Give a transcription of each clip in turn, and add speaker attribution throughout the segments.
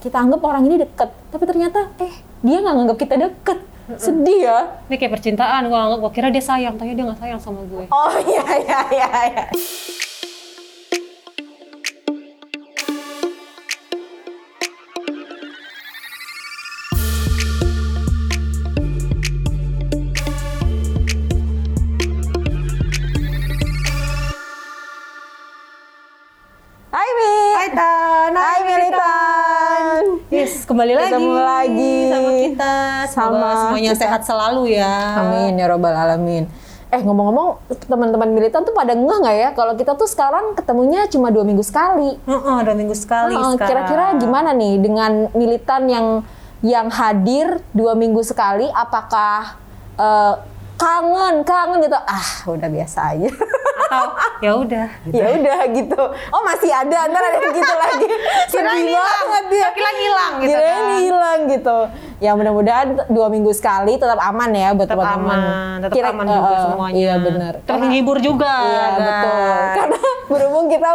Speaker 1: kita anggap orang ini deket, tapi ternyata dia nggak nganggap kita deket. Sedih ya.
Speaker 2: Ini kayak percintaan, gue kira dia sayang, tapi dia nggak sayang sama gue.
Speaker 1: Oh iya. Hai Militan.
Speaker 2: Yes, kembali
Speaker 1: Ketemu lagi
Speaker 2: sama kita. Semoga semuanya sehat selalu ya.
Speaker 1: Amin ya robbal alamin. Ngomong-ngomong, teman-teman Militan tuh pada ngeh nggak ya kalau kita tuh sekarang ketemunya cuma 2 minggu sekali.
Speaker 2: 2 minggu sekali sekarang.
Speaker 1: Kira-kira gimana nih dengan Militan yang hadir 2 minggu sekali? Apakah kangen gitu? Udah biasa aja.
Speaker 2: Atau ya udah
Speaker 1: gitu. Oh masih ada, ntar ada yang gitu lagi. Sedih banget dia.
Speaker 2: Kira hilang gitu
Speaker 1: Kira
Speaker 2: kan.
Speaker 1: ini hilang gitu. Ya mudah-mudahan 2 minggu sekali tetap aman ya buat teman-teman.
Speaker 2: Tetap aman juga semuanya.
Speaker 1: Iya benar.
Speaker 2: Tetap menghibur juga.
Speaker 1: Iya betul. Karena berhubung kita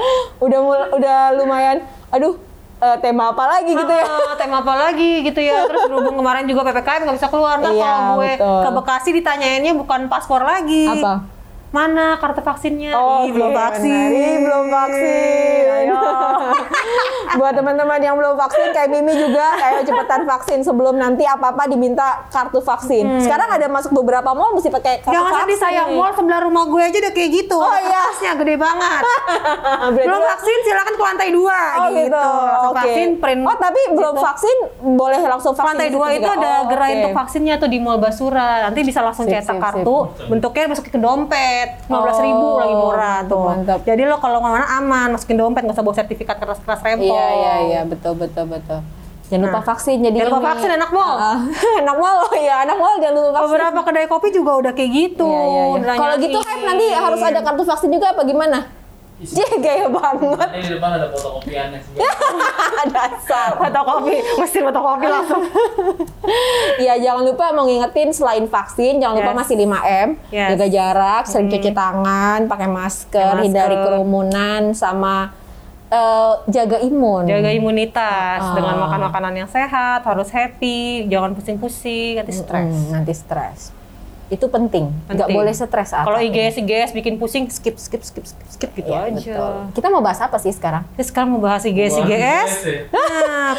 Speaker 1: udah lumayan. Tema apa lagi gitu ya?
Speaker 2: Tema apa lagi gitu ya. Terus berhubung kemarin juga PPKM nggak bisa keluar. Nah kalau gue ke Bekasi ditanyainnya bukan paspor lagi.
Speaker 1: Apa?
Speaker 2: Mana kartu vaksinnya?
Speaker 1: Belum vaksin. Ayo. Buat teman-teman yang belum vaksin kayak Mimi juga, kayak cepetan vaksin sebelum nanti apa-apa diminta kartu vaksin. Sekarang ada masuk beberapa mall mesti pakai kartu
Speaker 2: Jangan
Speaker 1: vaksin.
Speaker 2: sedih sayang, mall sebelah rumah gue aja udah kayak gitu.
Speaker 1: Oh iya,
Speaker 2: Kertasnya gede banget. Belum vaksin silakan ke lantai 2
Speaker 1: gitu.
Speaker 2: Langsung vaksin print.
Speaker 1: Tapi belum vaksin boleh langsung vaksin.
Speaker 2: Lantai 2 itu ada gerai untuk vaksinnya tuh di Mall Basura. Nanti bisa langsung cetak kartu, bentuknya masukin ke dompet. 15.000 lagi murah tuh.
Speaker 1: Mantap.
Speaker 2: Jadi lo kalau kemana aman, masukin dompet, nggak usah bawa sertifikat kertas-kertas rempong.
Speaker 1: Iya, betul. Jangan lupa vaksin. Jangan
Speaker 2: lupa vaksin, anak mall.
Speaker 1: Anak mall, anak mall jangan lupa vaksin.
Speaker 2: Beberapa kedai kopi juga udah kayak gitu.
Speaker 1: Iya. Kalau gitu Hype nanti harus ada kartu vaksin juga apa gimana? Gaya banget.
Speaker 3: Ini di depan ada fotokopiannya sih.
Speaker 1: Dasar.
Speaker 2: Mesin fotokopi langsung.
Speaker 1: Iya, jangan lupa mau ngingetin selain vaksin, jangan lupa masih 5M, jaga jarak, sering cuci tangan, pakai masker, hindari kerumunan, sama jaga imunitas
Speaker 2: dengan makan makanan yang sehat, harus happy, jangan pusing-pusing,
Speaker 1: nanti stres. Itu penting. Nggak boleh stres.
Speaker 2: Kalau IGS bikin pusing, skip gitu aja.
Speaker 1: Betul. Kita mau bahas apa sih sekarang?
Speaker 2: Sekarang mau bahas IGS. Nah,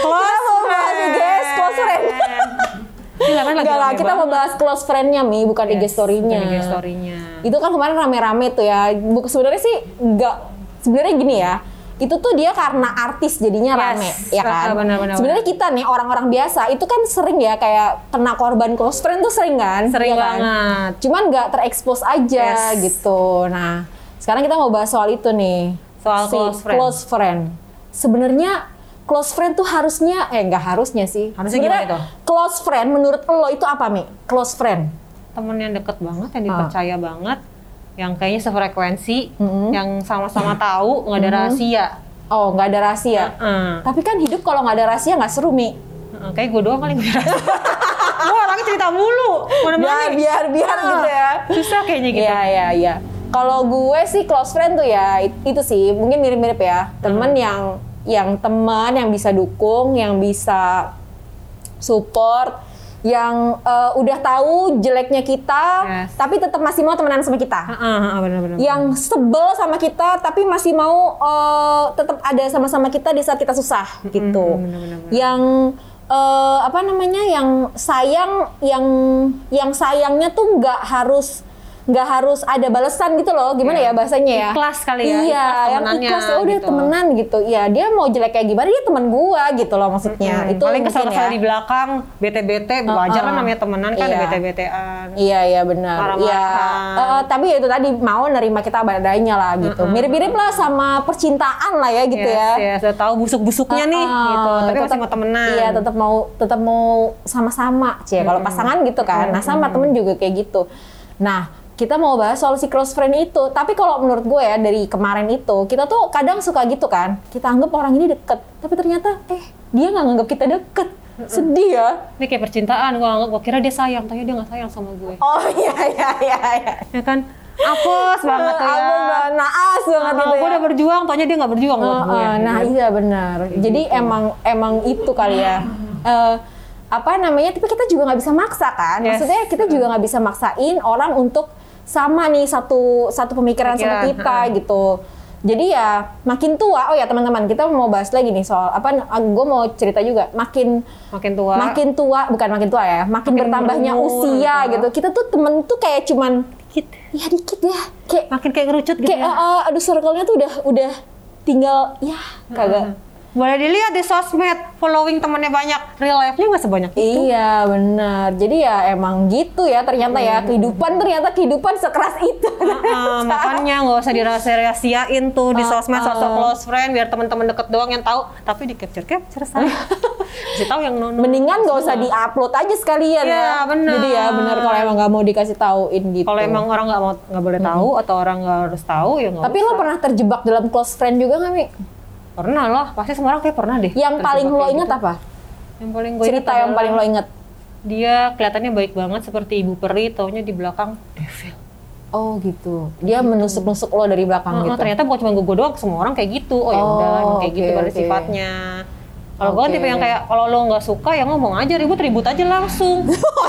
Speaker 1: close friend. Enggak lah, kita mau bahas close friend-nya bukan IG story-nya. Itu kan kemarin rame-rame tuh ya. Sebenarnya sih sebenarnya gini ya. Itu tuh dia karena artis jadinya rame, ya kan?
Speaker 2: Benar.
Speaker 1: Sebenarnya kita nih orang-orang biasa itu kan sering ya kayak kena korban close friend tuh sering kan?
Speaker 2: Sering
Speaker 1: ya
Speaker 2: banget.
Speaker 1: Kan? Cuman nggak terekspos aja gitu. Nah, sekarang kita mau bahas soal itu nih.
Speaker 2: Soal
Speaker 1: close friend. Sebenarnya close friend tuh harusnya, nggak harusnya sih.
Speaker 2: Harusnya gimana itu?
Speaker 1: Close friend menurut lo itu apa, Mi? Close friend?
Speaker 2: Temen yang deket banget, yang dipercaya banget. Yang kayaknya sefrekuensi, yang sama-sama tahu, nggak ada rahasia.
Speaker 1: Oh, nggak ada rahasia. Tapi kan hidup kalau nggak ada rahasia nggak seru, Mi.
Speaker 2: Kayak gue doang kali nggak ada rahasia. Gue orangnya cerita mulu.
Speaker 1: Biar gitu ya.
Speaker 2: Susah kayaknya gitu.
Speaker 1: Iya. Kalau gue sih close friend tuh ya itu sih mungkin mirip-mirip ya. Temen teman yang bisa dukung, yang bisa support, yang udah tahu jeleknya kita, tapi tetap masih mau temenan sama kita.
Speaker 2: Benar.
Speaker 1: Yang sebel sama kita, tapi masih mau tetap ada sama-sama kita di saat kita susah, gitu.
Speaker 2: Benar.
Speaker 1: Yang yang sayang, yang sayangnya tuh nggak harus ada balasan gitu loh, gimana ya bahasanya ya?
Speaker 2: Ikhlas kali ya.
Speaker 1: Iya, yang ikhlas ya udah
Speaker 2: gitu.
Speaker 1: temenan gitu. Ya dia mau jelek kayak gimana dia teman gua gitu loh maksudnya. Itu
Speaker 2: paling kesal-kesal
Speaker 1: ya.
Speaker 2: di belakang, bete-bete, wajar kan namanya temenan kan bete-betean.
Speaker 1: Iya benar. Iya. Tapi ya itu tadi mau nerima kita adanya lah gitu. Mirip-mirip lah sama percintaan lah ya gitu ya.
Speaker 2: Sudah tahu busuk-busuknya nih gitu. Tapi masih mau temenan.
Speaker 1: Iya, tetap mau sama-sama, Kalau pasangan gitu kan. Nah, sama temen juga kayak gitu. Nah, kita mau bahas soal si close friend itu. Tapi kalau menurut gue ya, dari kemarin itu, kita tuh kadang suka gitu kan. Kita anggap orang ini deket, tapi ternyata dia nggak nganggap kita deket. Sedih ya.
Speaker 2: Ini kayak percintaan, gue kira dia sayang, tapi dia nggak sayang sama gue.
Speaker 1: Oh iya.
Speaker 2: Ya kan? Apes banget tuh ya.
Speaker 1: Apes banget, naas banget gitu
Speaker 2: Gue
Speaker 1: ya.
Speaker 2: udah berjuang, taunya dia nggak berjuang buat gue.
Speaker 1: Nah iya benar. Jadi emang itu kali ya. Apa namanya? Tapi kita juga nggak bisa maksa kan.
Speaker 2: Yes.
Speaker 1: Maksudnya kita juga nggak bisa maksain orang untuk sama nih satu pemikiran sama kita gitu. Jadi ya makin tua. Oh ya teman-teman, kita mau bahas lagi nih soal apa? Gue mau cerita juga. Makin tua, bukan makin tua ya. Makin bertambahnya
Speaker 2: berumur,
Speaker 1: usia
Speaker 2: gitu.
Speaker 1: gitu. Kita tuh temen tuh kayak cuman dikit ya. Kayak
Speaker 2: makin kayak ngerucut gitu
Speaker 1: kayak
Speaker 2: ya.
Speaker 1: aduh circle-nya tuh udah tinggal ya kagak.
Speaker 2: Boleh dilihat di sosmed, following temennya banyak, real life-nya nggak sebanyak itu.
Speaker 1: Iya benar. Jadi ya emang gitu ya ternyata ya kehidupan sekeras itu.
Speaker 2: Makanya nggak usah dirahasiain tuh di sosmed sosok close friend biar teman-teman deket doang yang tahu, tapi di capture saya. Kasih tahu yang nono.
Speaker 1: Mendingan nggak usah diupload aja sekalian ya.
Speaker 2: Benar.
Speaker 1: Jadi ya benar kalau emang nggak mau dikasih tauin gitu.
Speaker 2: Kalau emang orang nggak boleh tahu atau orang nggak harus tahu ya nggak.
Speaker 1: Tapi lo pernah terjebak dalam close friend juga nggak Mi?
Speaker 2: Pernah lah, pasti semua orang kayak pernah deh.
Speaker 1: Yang paling lo inget apa?
Speaker 2: Yang paling gue
Speaker 1: Cerita yang paling lo inget?
Speaker 2: Dia kelihatannya baik banget seperti ibu peri, taunya di belakang devil.
Speaker 1: Oh gitu. Dia menusuk-nusuk lo dari belakang gitu.
Speaker 2: Ternyata bukan cuma gue doang, semua orang kayak gitu. Oh ya udah, emang kayak gitu pada sifatnya. Kalau gue tipe yang kayak kalau lo nggak suka ya ngomong aja, ribut aja langsung.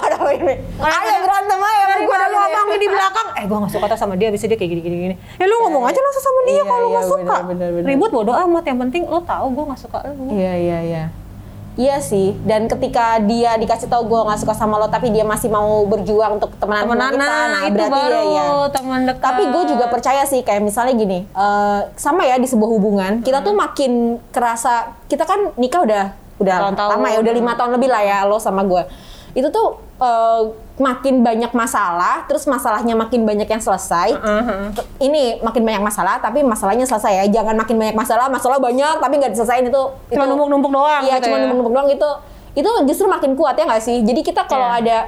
Speaker 1: Ayo berantem aja.
Speaker 2: Gue udah ngomongin di belakang, gue nggak suka tuh sama dia, abis itu dia kayak gini. Ya lu ngomong aja langsung sama dia kalau nggak suka.
Speaker 1: Bener.
Speaker 2: Ribut bodo amat, yang penting lo tahu gue nggak suka lo.
Speaker 1: Iya. Iya sih. Dan ketika dia dikasih tahu gue nggak suka sama lo, tapi dia masih mau berjuang untuk temenan sama kita, nah
Speaker 2: itu
Speaker 1: berarti
Speaker 2: baru
Speaker 1: ya.
Speaker 2: teman dekat.
Speaker 1: Tapi gue juga percaya sih kayak misalnya gini, sama ya di sebuah hubungan kita tuh makin kerasa, kita kan nikah udah lama ya, udah 5 tahun lebih lah ya lo sama gue. Itu tuh makin banyak masalah, terus masalahnya makin banyak yang selesai. Ini makin banyak masalah, tapi masalahnya selesai ya. Jangan makin banyak masalah banyak tapi nggak diselesain itu.
Speaker 2: Cuma numpuk-numpuk doang.
Speaker 1: Iya,
Speaker 2: gitu
Speaker 1: cuma
Speaker 2: ya.
Speaker 1: numpuk-numpuk doang itu justru makin kuat ya nggak sih? Jadi kita kalau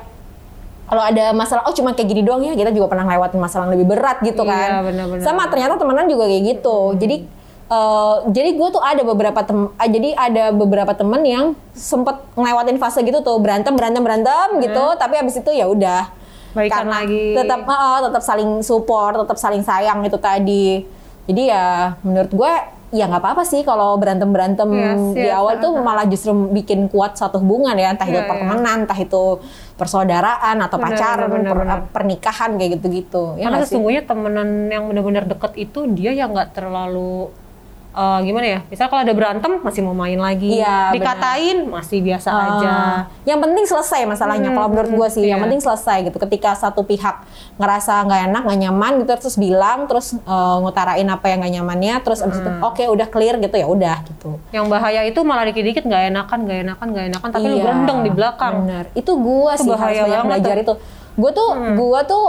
Speaker 1: ada masalah, oh cuma kayak gini doang ya, kita juga pernah ngelewatin masalah yang lebih berat gitu kan.
Speaker 2: Iya, benar-benar.
Speaker 1: Sama ternyata temenan juga kayak gitu. Jadi gue tuh ada beberapa temen yang sempet ngelewatin fase gitu tuh, berantem gitu, tapi abis itu ya udah
Speaker 2: baikan
Speaker 1: karena
Speaker 2: lagi.
Speaker 1: tetap saling support, tetap saling sayang itu tadi. Jadi ya menurut gue ya nggak apa-apa sih kalau berantem di awal tuh malah justru bikin kuat satu hubungan ya, entah itu pertemanan, entah itu persaudaraan atau pacaran, pernikahan kayak gitu-gitu. Ya
Speaker 2: karena sesungguhnya temenan yang benar-benar deket itu dia yang nggak terlalu gimana ya? Misal kalau ada berantem masih mau main lagi, dikatain masih biasa aja.
Speaker 1: Yang penting selesai masalahnya. Kalau menurut gue sih, yang penting selesai gitu. Ketika satu pihak ngerasa nggak enak, nggak nyaman gitu, terus bilang, terus ngutarain apa yang nggak nyamannya, terus abis itu oke, udah clear gitu ya udah gitu.
Speaker 2: Yang bahaya itu malah dikit-dikit nggak enakan, tapi lu berendeng di belakang.
Speaker 1: Bener. Itu gue sih harus banyak belajar itu. Gue tuh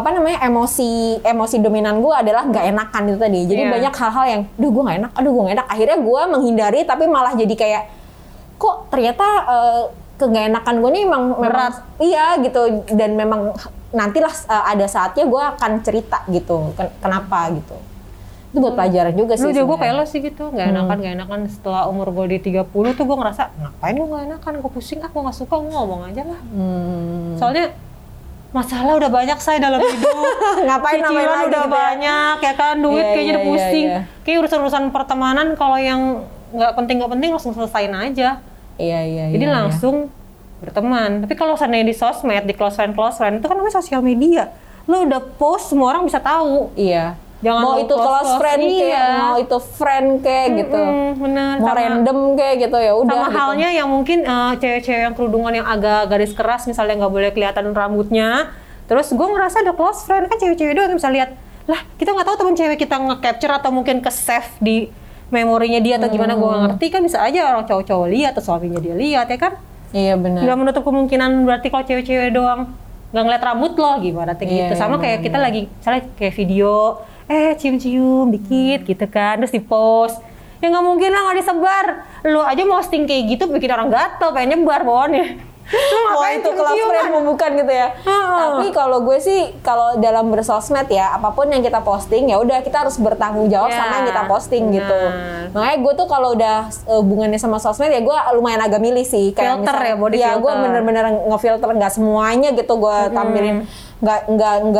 Speaker 1: emosi dominan gue adalah nggak enakan itu tadi. Jadi banyak hal-hal yang, gue nggak enak. Akhirnya gue menghindari, tapi malah jadi kayak, kok ternyata nggak enakan gue nih memang berat. Iya gitu. Dan memang nantilah ada saatnya gue akan cerita gitu. Kenapa gitu. Itu buat pelajaran juga sih.
Speaker 2: Lu juga gue kayak lo sih gitu, nggak enakan setelah umur gue di 30 tuh gue ngerasa ngapain gue nggak enakan, gue pusing, gue nggak suka, gue ngomong aja lah. Soalnya masalah udah banyak saya dalam hidup,
Speaker 1: ngapain namanya lagi
Speaker 2: udah
Speaker 1: gitu
Speaker 2: banyak ya kan, duit kayaknya udah pusing. Kayak urusan pertemanan kalau yang nggak penting langsung selesain aja. Jadi langsung berteman. Tapi kalau seandainya di sosmed, di close friend itu kan namanya sosial media. Lo udah post, semua orang bisa tahu.
Speaker 1: Iya.
Speaker 2: Jangan
Speaker 1: mau itu close friend kayak, mau itu friend kayak gitu.
Speaker 2: Bener.
Speaker 1: Mau random kayak gitu ya udah.
Speaker 2: Sama
Speaker 1: gitu.
Speaker 2: halnya yang mungkin cewek-cewek yang kerudungan yang agak garis keras, misalnya nggak boleh kelihatan rambutnya. Terus gue ngerasa ada close friend kan cewek-cewek doang yang bisa lihat. Lah kita nggak tahu teman cewek kita nge-capture atau mungkin ke-save di memorinya dia atau gimana, gue nggak ngerti kan, bisa aja orang cowok-cowok lihat atau suaminya dia lihat ya kan.
Speaker 1: Iya benar.
Speaker 2: Nggak menutup kemungkinan berarti kalau cewek-cewek doang nggak ngeliat rambut lo gimana gitu. Sama kayak kita lagi misalnya kayak video cium-cium dikit gitu kan, terus di-post. Ya nggak mungkin lah nggak disebar. Lo aja posting kayak gitu bikin orang gatel, pengen nyebar bawahnya.
Speaker 1: Wah itu close friend bukan gitu ya. Tapi kalau gue sih, kalau dalam bersosmed ya, apapun yang kita posting ya udah kita harus bertanggung jawab sama yang kita posting gitu. Makanya gue tuh kalau udah hubungannya sama sosmed ya gue lumayan agak milih sih. Kayak
Speaker 2: filter
Speaker 1: misalnya,
Speaker 2: ya, body
Speaker 1: filter.
Speaker 2: filter.
Speaker 1: Gue bener-bener ngefilter nggak semuanya gitu gue tampilin.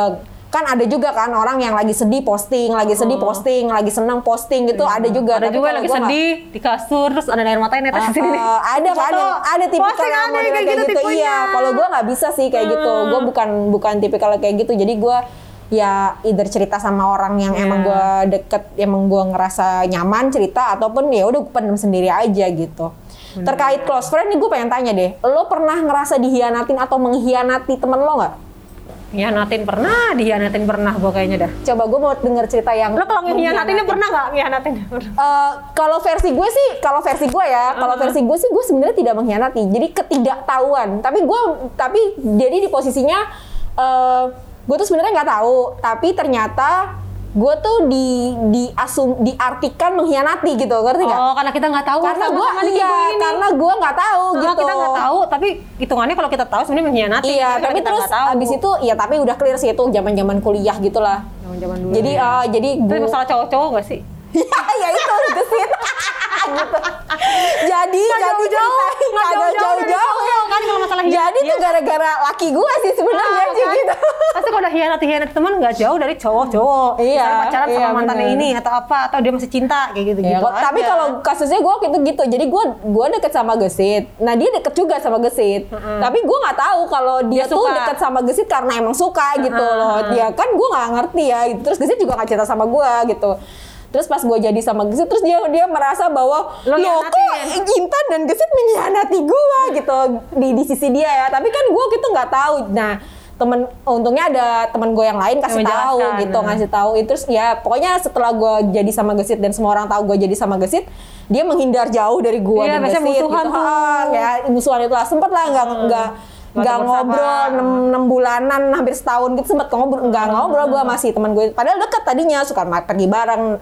Speaker 1: kan ada juga kan orang yang lagi sedih posting, lagi sedih posting, lagi senang posting gitu, ada juga.
Speaker 2: Ada
Speaker 1: Tapi
Speaker 2: juga
Speaker 1: kalau
Speaker 2: lagi
Speaker 1: gua
Speaker 2: sedih di kasur terus ada air matanya netes di sini.
Speaker 1: ada kan, ada tipikal
Speaker 2: Posting
Speaker 1: yang
Speaker 2: ada
Speaker 1: model
Speaker 2: kayak
Speaker 1: kayak
Speaker 2: gitu
Speaker 1: gitu.
Speaker 2: tipenya.
Speaker 1: Iya, kalau gue nggak bisa sih kayak gitu. Gue bukan tipikal kayak gitu. Jadi gue ya either cerita sama orang yang emang gue deket, emang gue ngerasa nyaman cerita, ataupun ya udah gue pendem sendiri aja gitu. Terkait close friend nih, gue pengen tanya deh, lo pernah ngerasa dihianatin atau mengkhianati temen lo nggak?
Speaker 2: Dihianatin pernah gue kayaknya dah.
Speaker 1: Coba gue mau denger cerita yang
Speaker 2: Lo kalau ngehianatinnya pernah nggak ngehianatin?
Speaker 1: Kalau versi gue sih, kalau versi gue sih gue sebenarnya tidak mengkhianati. Jadi ketidaktahuan. Tapi jadi di posisinya gue tuh sebenarnya nggak tahu. Tapi ternyata gue tuh diartikan mengkhianati gitu, ngerti nggak?
Speaker 2: Oh, karena kita nggak tahu.
Speaker 1: Karena gue nggak tahu gitu.
Speaker 2: Kita nggak tahu, tapi hitungannya kalau kita tahu sebenarnya mengkhianati.
Speaker 1: Iya, tapi terus abis itu, ya tapi udah clear sih itu zaman kuliah gitulah.
Speaker 2: Zaman dulu.
Speaker 1: Jadi
Speaker 2: itu
Speaker 1: gue
Speaker 2: masalah cowok-cowok nggak sih?
Speaker 1: ya itu gesit gitu. Jadi jauh-jauh
Speaker 2: kan kalau masalah
Speaker 1: jadi tuh gara-gara laki gue sih sebenarnya sih
Speaker 2: kan?
Speaker 1: gitu.
Speaker 2: Pasti kalau udah hianati teman nggak jauh dari cowok-cowok.
Speaker 1: Iya,
Speaker 2: misalnya pacaran sama mantannya
Speaker 1: bener.
Speaker 2: ini atau apa, atau dia masih cinta kayak gitu.
Speaker 1: Ya, tapi kalau kasusnya gue gitu. Jadi gue deket sama Gesit. Nah dia deket juga sama Gesit. Tapi gue nggak tahu kalau dia tuh
Speaker 2: suka.
Speaker 1: deket sama Gesit karena emang suka gitu loh. Dia kan gue nggak ngerti ya. Terus Gesit juga nggak cerita sama gue gitu. Terus pas gue jadi sama Gesit, terus dia merasa bahwa loh kok Intan dan Gesit mengkhianati gue gitu di sisi dia ya. Tapi kan gue gitu nggak tahu. Nah untungnya ada teman gue yang lain kasih tahu gitu, ngasih tahu. Terus ya pokoknya setelah gue jadi sama Gesit dan semua orang tahu gue jadi sama Gesit, dia menghindar jauh dari gue dan Gesit
Speaker 2: musuhan
Speaker 1: gitu.
Speaker 2: tuh.
Speaker 1: Ya musuhan itu lah, sempet lah nggak ngobrol 6 bulanan, hampir setahun gitu sempet ngobrol gue masih teman gue. Padahal deket tadinya, suka pergi bareng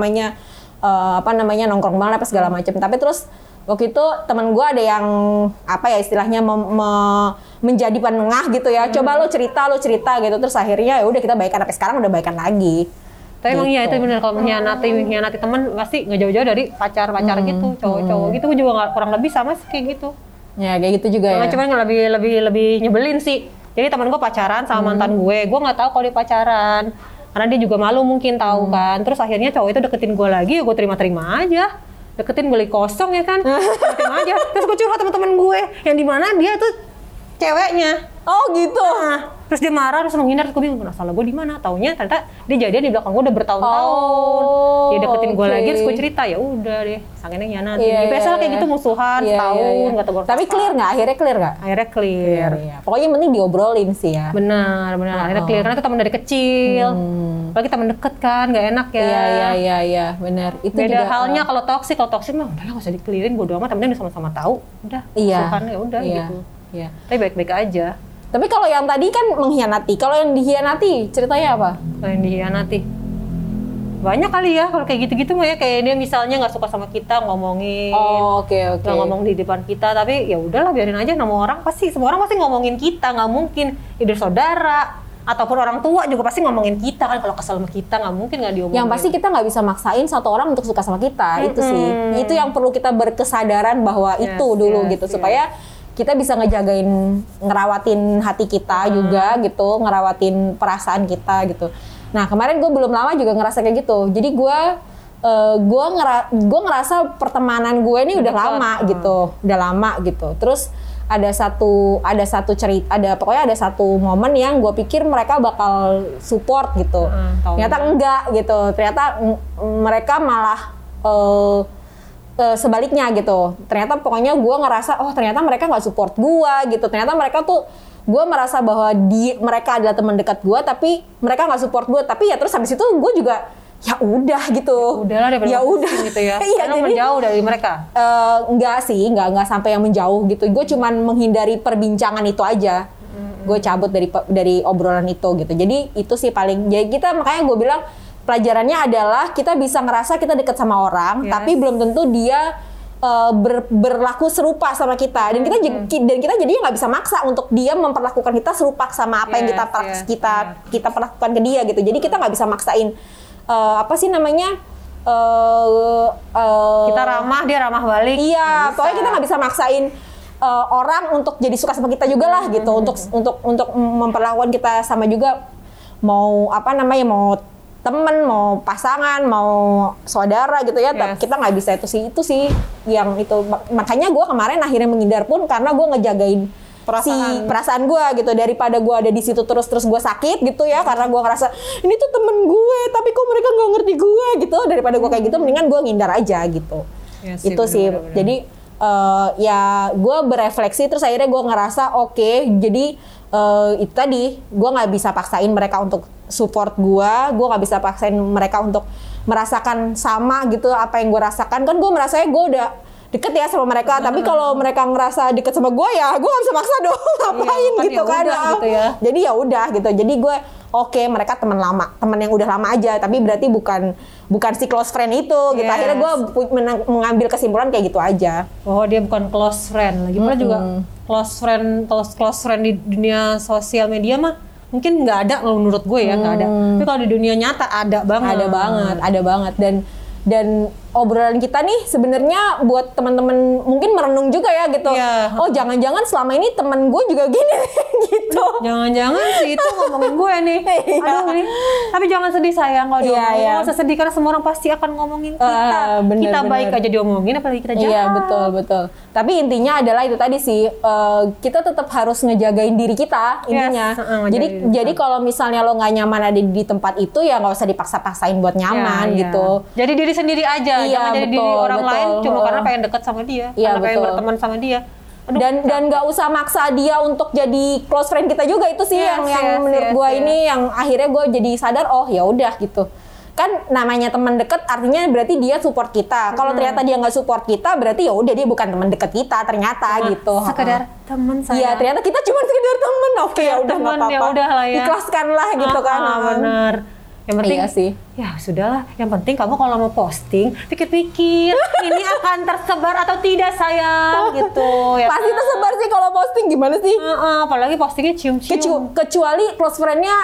Speaker 1: nongkrong bareng apa segala macam. Tapi terus waktu itu teman gue ada yang istilahnya menjadi penengah gitu ya. Coba lo cerita gitu. Terus akhirnya ya udah kita baikan, sampai sekarang udah baikan lagi.
Speaker 2: Tapi emang iya itu benar, kalau mengkhianati teman pasti nggak jauh-jauh dari pacar gitu, cowok-cowok gitu. Gue juga kurang lebih sama sih kayak gitu.
Speaker 1: Ya kayak gitu juga ya.
Speaker 2: Cuman lebih nyebelin sih. Jadi teman gue pacaran sama mantan gue nggak tahu kalau dia pacaran. Karena dia juga malu mungkin tahu kan. Terus akhirnya cowok itu deketin gue lagi, gue terima aja. Deketin beli kosong ya kan, terima aja. Terus gue curhat teman-teman gue yang di mana dia tuh ceweknya.
Speaker 1: Oh gitu.
Speaker 2: Nah, terus dia marah, terus menghindar. Terus gue bingung, salah gue di mana? Taunya ternyata dia jadian di belakang gue udah bertahun-tahun. Dia deketin gue lagi, terus gue cerita, ya udah deh, sangennya ngianatin. Biasa kayak gitu musuhan setahun, nggak tegur.
Speaker 1: Tapi clear nggak? Akhirnya clear nggak?
Speaker 2: Akhirnya clear.
Speaker 1: Pokoknya yang penting diobrolin sih ya.
Speaker 2: Benar. Akhirnya clear karena itu teman dari kecil. Apalagi teman deket kan, nggak enak ya.
Speaker 1: Iya, benar. Itu
Speaker 2: beda
Speaker 1: juga,
Speaker 2: halnya kalau toksik mah udahlah nggak usah dikelirin, bodo amat. Temennya udah sama-sama tahu, udah. Musuhan ya udah gitu.
Speaker 1: Iya.
Speaker 2: Tapi baik-baik aja.
Speaker 1: Tapi kalau yang tadi kan mengkhianati, kalau yang dihianati ceritanya apa?
Speaker 2: Kalau yang dihianati banyak kali ya kalau kayak gitu-gitu mah ya, kayak dia misalnya nggak suka sama kita ngomongin,
Speaker 1: Oke.
Speaker 2: nggak ngomong di depan kita, tapi ya udahlah biarin aja. Semua orang pasti ngomongin kita, nggak mungkin either saudara ataupun orang tua juga pasti ngomongin kita kan. Kalau kesel sama kita nggak mungkin nggak diomongin.
Speaker 1: Yang pasti kita nggak bisa maksain satu orang untuk suka sama kita, itu sih. Itu yang perlu kita berkesadaran bahwa itu dulu gitu, supaya kita bisa ngerawatin hati kita juga gitu, ngerawatin perasaan kita gitu. Nah kemarin gue belum lama juga ngerasa kayak gitu. Jadi gue ngerasa pertemanan gue ini udah lama gitu. Terus ada satu cerita, pokoknya ada satu momen yang gue pikir mereka bakal support gitu. Ternyata enggak gitu. Ternyata mereka malah sebaliknya gitu. Ternyata pokoknya gue ngerasa ternyata mereka nggak support gue gitu. Ternyata mereka tuh, gue merasa bahwa mereka adalah teman dekat gue, tapi mereka nggak support gue. Tapi ya terus habis itu gue juga ya udah gitu.
Speaker 2: Udahlah daripada gitu ya. Iya, jadi menjauh dari mereka.
Speaker 1: Enggak sampai yang menjauh gitu. Gue cuman menghindari perbincangan itu aja. Gue cabut dari obrolan itu gitu. Jadi itu sih paling. Jadi kita makanya gue bilang, pelajarannya adalah kita bisa ngerasa kita dekat sama orang, tapi belum tentu dia berlaku serupa sama kita. Dan kita jadinya nggak bisa maksa untuk dia memperlakukan kita serupa sama apa yang kita perlakukan ke dia gitu. Jadi kita nggak bisa maksain
Speaker 2: kita ramah, dia ramah balik.
Speaker 1: Iya, pokoknya kita nggak bisa maksain orang untuk jadi suka sama kita juga lah gitu. Untuk memperlakukan kita sama juga. mau temen, mau pasangan, mau saudara gitu ya.
Speaker 2: Yes.
Speaker 1: Kita nggak bisa itu sih yang itu. Makanya gue kemarin akhirnya menghindar pun karena gue ngejagain perasaan gue gitu, daripada gue ada di situ terus gue sakit gitu ya, karena gue ngerasa ini tuh temen gue tapi kok mereka nggak ngerti gue gitu, daripada gue kayak gitu mendingan gue ngindar aja gitu.
Speaker 2: Ya
Speaker 1: Itu sih
Speaker 2: bener-bener.
Speaker 1: jadi ya gue berefleksi terus akhirnya gue ngerasa oke, jadi itu tadi gue nggak bisa paksain mereka untuk support gue nggak bisa paksain mereka untuk merasakan sama gitu apa yang gue rasakan. Kan gue merasanya gue udah deket ya sama mereka, tapi kalau mereka ngerasa deket sama gue ya gue gak bisa maksa dong ngapain
Speaker 2: kan
Speaker 1: gitu
Speaker 2: ya
Speaker 1: kan.
Speaker 2: udah gitu ya.
Speaker 1: Jadi ya udah gitu. Jadi gue oke, mereka teman lama, teman yang udah lama aja, tapi berarti bukan si close friend itu gitu.
Speaker 2: Yes.
Speaker 1: Akhirnya gue mengambil kesimpulan kayak gitu aja.
Speaker 2: Oh, dia bukan close friend. Lagi pula juga close friend di dunia sosial media mah mungkin nggak ada kalau menurut gue ya, nggak ada. Tapi kalau di dunia nyata ada banget.
Speaker 1: Ada banget dan obrolan kita nih sebenarnya buat teman-teman mungkin merenung juga ya gitu.
Speaker 2: Iya.
Speaker 1: Oh, jangan-jangan selama ini temen gue juga gini gitu.
Speaker 2: Jangan-jangan sih itu ngomongin gue nih. Aduh ini. Tapi jangan sedih sayang kalau diomongin.
Speaker 1: Iya.
Speaker 2: Nggak usah sedih karena semua orang pasti akan ngomongin kita.
Speaker 1: Bener,
Speaker 2: Kita baik
Speaker 1: bener.
Speaker 2: aja diomongin apalagi kita jahat.
Speaker 1: Iya, betul. Tapi intinya adalah itu tadi sih, kita tetap harus ngejagain diri kita intinya.
Speaker 2: Yes, ngejagain diri kita.
Speaker 1: Jadi kalau misalnya lo nggak nyaman ada di tempat itu ya nggak usah dipaksa-paksain buat nyaman
Speaker 2: Iya,
Speaker 1: gitu.
Speaker 2: iya. Jadi diri sendiri aja,
Speaker 1: Iya,
Speaker 2: jangan jadi diri
Speaker 1: betul,
Speaker 2: orang
Speaker 1: betul.
Speaker 2: lain cuma karena pengen dekat sama dia,
Speaker 1: Iya,
Speaker 2: karena pengen
Speaker 1: betul.
Speaker 2: berteman sama dia. Aduh,
Speaker 1: Dan nggak usah maksa dia untuk jadi close friend kita juga, itu sih
Speaker 2: Yes,
Speaker 1: yang menurut
Speaker 2: yes,
Speaker 1: gue
Speaker 2: yes.
Speaker 1: ini yang akhirnya gue jadi sadar, oh ya udah gitu. Kan namanya teman dekat artinya berarti dia support kita. Kalau ternyata dia nggak support kita berarti ya udah dia bukan teman dekat kita ternyata
Speaker 2: cuma
Speaker 1: gitu.
Speaker 2: sekedar teman saya.
Speaker 1: Iya, ternyata kita cuma sekedar teman. Oke, ya udah nggak
Speaker 2: teman, ya
Speaker 1: apa-apa.
Speaker 2: udah lah ya.
Speaker 1: Ikhlaskanlah gitu kan.
Speaker 2: Bener. Yang penting,
Speaker 1: Iya sih.
Speaker 2: ya sudahlah. Yang penting kamu kalau mau posting, pikir-pikir ini akan tersebar atau tidak sayang gitu. Ya
Speaker 1: Pasti
Speaker 2: kan?
Speaker 1: tersebar sih kalau posting, gimana sih?
Speaker 2: Apalagi postingnya cium-cium.
Speaker 1: Kecuali close friend-nya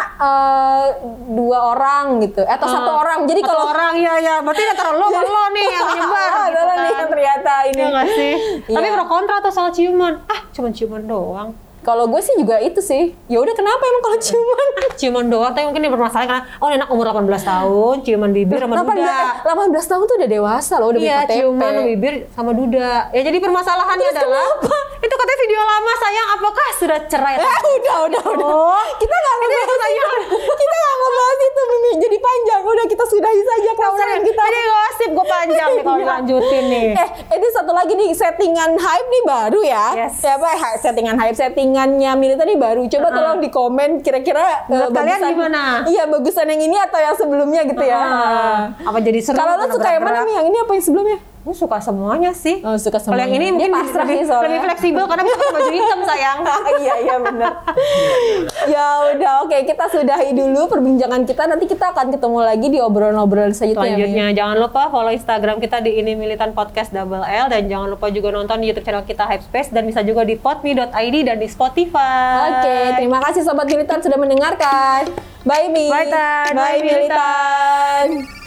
Speaker 1: 2 orang gitu, atau 1 orang. Jadi
Speaker 2: Atau
Speaker 1: kalau
Speaker 2: orang ya, berarti antara lo sama lo nih yang menyebar. gitu
Speaker 1: adalah nih
Speaker 2: kan.
Speaker 1: yang ternyata ini.
Speaker 2: Iya nggak sih?
Speaker 1: Iya.
Speaker 2: Tapi pro kontra tuh soal ciuman. Cuma ciuman doang.
Speaker 1: Kalau gue sih juga itu sih. Ya udah kenapa emang kalau ciuman?
Speaker 2: Ciuman doang, tapi mungkin dia bermasalah karena anak umur 18 tahun, ciuman bibir sama duda.
Speaker 1: 18 tahun tuh udah dewasa loh, udah
Speaker 2: Iya,
Speaker 1: punya KTP.
Speaker 2: ciuman bibir sama duda. Ya jadi permasalahannya
Speaker 1: Terus
Speaker 2: adalah
Speaker 1: kenapa?
Speaker 2: itu katanya video lama sayang, apakah sudah cerai?
Speaker 1: Udah.
Speaker 2: Oh,
Speaker 1: Kita nggak ngebahas itu. Kita nggak ngebahas itu, Mimi. Jadi panjang. Udah kita sudahi saja kelasaran kita.
Speaker 2: Jadi gosip gue panjang nih kalau
Speaker 1: Iya.
Speaker 2: dilanjutin nih.
Speaker 1: Ini satu lagi nih, settingan hype nih baru ya.
Speaker 2: Yes.
Speaker 1: Ya apa? Settingannya Milita nih baru. Coba tolong di komen kira-kira
Speaker 2: Menurut kalian gimana?
Speaker 1: Iya, bagusan yang ini atau yang sebelumnya gitu ya.
Speaker 2: Apa jadi seru?
Speaker 1: Kalau lo suka yang mana nih? Yang ini apa yang sebelumnya?
Speaker 2: Gue suka semuanya sih.
Speaker 1: Oh, suka
Speaker 2: Kalau yang ini
Speaker 1: semuanya.
Speaker 2: mungkin
Speaker 1: Dia pasrah
Speaker 2: lebih,
Speaker 1: sih soalnya.
Speaker 2: lebih fleksibel karena bisa pakai baju hitam sayang.
Speaker 1: Iya benar. Ya udah, oke, kita sudahi dulu perbincangan kita. Nanti kita akan ketemu lagi di obrolan-obrolan selanjutnya.
Speaker 2: Selanjutnya jangan lupa follow Instagram kita di Ini Militan Podcast _L dan jangan lupa juga nonton di YouTube channel kita Hypespace dan bisa juga di podme.id dan di Spotify.
Speaker 1: Oke, terima kasih Sobat Militan sudah mendengarkan. Bye Mi.
Speaker 2: Bye, Tan.
Speaker 1: Bye
Speaker 2: Bye, Militan.
Speaker 1: Militan.